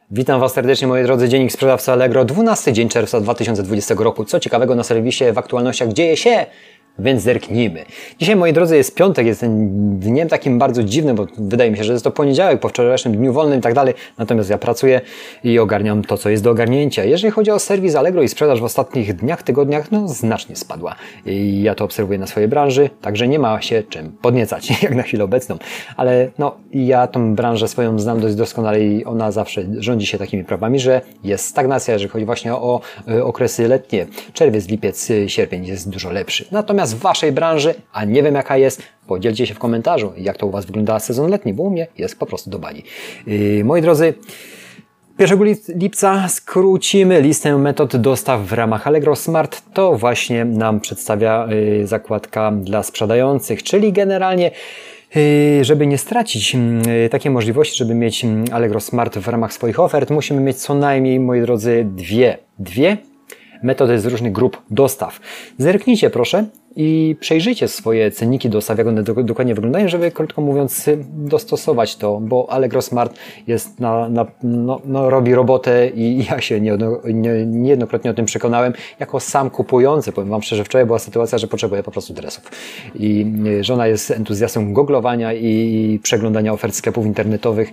Witam Was serdecznie, moi drodzy, Dziennik Sprzedawcy Allegro, 12 dzień czerwca 2020 roku. Co ciekawego na serwisie, w aktualnościach dzieje się? Więc zerknijmy. Dzisiaj, moi drodzy, jest piątek, jest dniem takim bardzo dziwnym, bo wydaje mi się, że jest to poniedziałek, po wczorajszym dniu wolnym i tak dalej. Natomiast ja pracuję i ogarniam to, co jest do ogarnięcia. Jeżeli chodzi o serwis Allegro i sprzedaż w ostatnich dniach, tygodniach, no znacznie spadła. I ja to obserwuję na swojej branży, także nie ma się czym podniecać, jak na chwilę obecną. Ale no, ja tą branżę swoją znam dość doskonale i ona zawsze rządzi się takimi prawami, że jest stagnacja, jeżeli chodzi właśnie o okresy letnie. Czerwiec, lipiec, sierpień jest dużo lepszy. Natomiast w Waszej branży, a nie wiem jaka jest, podzielcie się w komentarzu, jak to u Was wygląda sezon letni, bo u mnie jest po prostu do bani. Moi drodzy, 1 lipca skrócimy listę metod dostaw w ramach Allegro Smart. To właśnie nam przedstawia zakładka dla sprzedających, czyli generalnie żeby nie stracić takiej możliwości, żeby mieć Allegro Smart w ramach swoich ofert, musimy mieć co najmniej, moi drodzy, dwie metody z różnych grup dostaw. Zerknijcie proszę i przejrzyjcie swoje cenniki dostaw, jak one dokładnie wyglądają, żeby, krótko mówiąc, dostosować to, bo Allegro Smart jest robi robotę i ja się niejednokrotnie o tym przekonałem, jako sam kupujący. Powiem Wam szczerze, wczoraj była sytuacja, że potrzebuję po prostu dresów. I żona jest entuzjastą googlowania i przeglądania ofert sklepów internetowych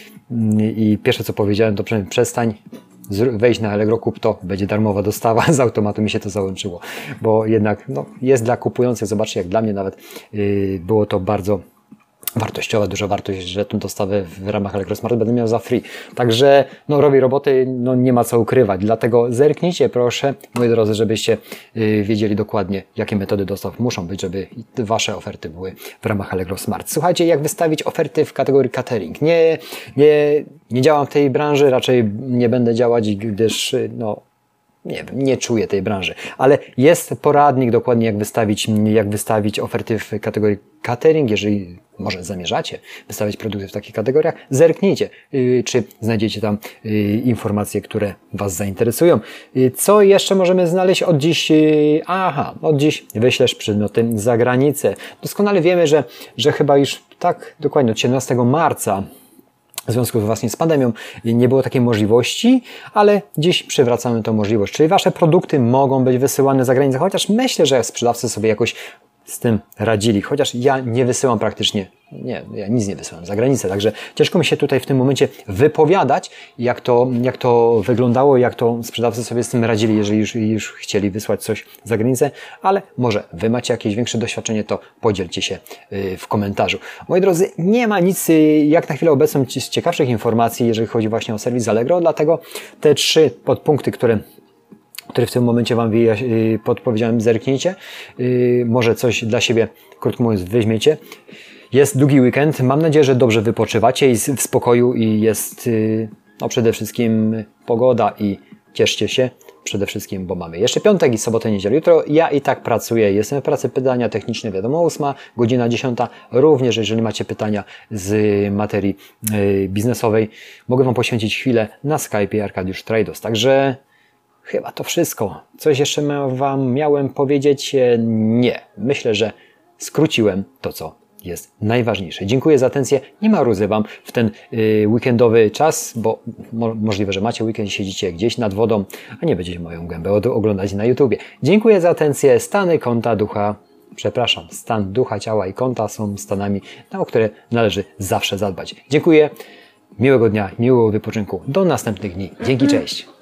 i pierwsze co powiedziałem, to przestań, wejść na Allegro, kup to, będzie darmowa dostawa, z automatu mi się to załączyło, bo jednak jest dla kupujących, zobaczcie, jak dla mnie nawet było to bardzo wartościowa, duża wartość, że tę dostawę w ramach Allegro Smart będę miał za free. Także robię roboty, nie ma co ukrywać, dlatego zerknijcie proszę, moi drodzy, żebyście wiedzieli dokładnie, jakie metody dostaw muszą być, żeby Wasze oferty były w ramach Allegro Smart. Słuchajcie, jak wystawić oferty w kategorii catering. Nie działam w tej branży, raczej nie będę działać, gdyż nie czuję tej branży, ale jest poradnik dokładnie jak wystawić oferty w kategorii catering. Jeżeli może zamierzacie wystawiać produkty w takich kategoriach, zerknijcie, czy znajdziecie tam informacje, które Was zainteresują. Co jeszcze możemy znaleźć od dziś? Od dziś wyślesz przedmioty za granicę. Doskonale wiemy, że chyba już tak dokładnie od 17 marca w związku właśnie z pandemią nie było takiej możliwości, ale dziś przywracamy tę możliwość. Czyli Wasze produkty mogą być wysyłane za granicę, chociaż myślę, że sprzedawcy sobie jakoś z tym radzili. Chociaż ja nie wysyłam praktycznie, ja nic nie wysyłam za granicę, także ciężko mi się tutaj w tym momencie wypowiadać, jak to wyglądało, jak to sprzedawcy sobie z tym radzili, jeżeli już chcieli wysłać coś za granicę, ale może Wy macie jakieś większe doświadczenie, to podzielcie się w komentarzu. Moi drodzy, nie ma nic jak na chwilę obecną z ciekawszych informacji, jeżeli chodzi właśnie o serwis Allegro, dlatego te 3 podpunkty, które w tym momencie Wam podpowiedziałem, zerknijcie. Może coś dla siebie, krótko mówiąc, weźmiecie. Jest długi weekend. Mam nadzieję, że dobrze wypoczywacie i w spokoju i jest przede wszystkim pogoda i cieszcie się przede wszystkim, bo mamy jeszcze piątek i sobotę, niedzielę. Jutro ja i tak pracuję. Jestem w pracy, pytania techniczne, wiadomo, 8, godzina 10. Również, jeżeli macie pytania z materii biznesowej, mogę Wam poświęcić chwilę na Skype'ie Arkadiusz Trados. Także chyba to wszystko. Coś jeszcze Wam miałem powiedzieć? Nie. Myślę, że skróciłem to, co jest najważniejsze. Dziękuję za atencję. Nie marudzę Wam w ten weekendowy czas, bo możliwe, że macie weekend, siedzicie gdzieś nad wodą, a nie będziecie moją gębę oglądać na YouTubie. Dziękuję za atencję. Stan ducha, ciała i konta są stanami, o które należy zawsze zadbać. Dziękuję. Miłego dnia, miłego wypoczynku. Do następnych dni. Dzięki, cześć.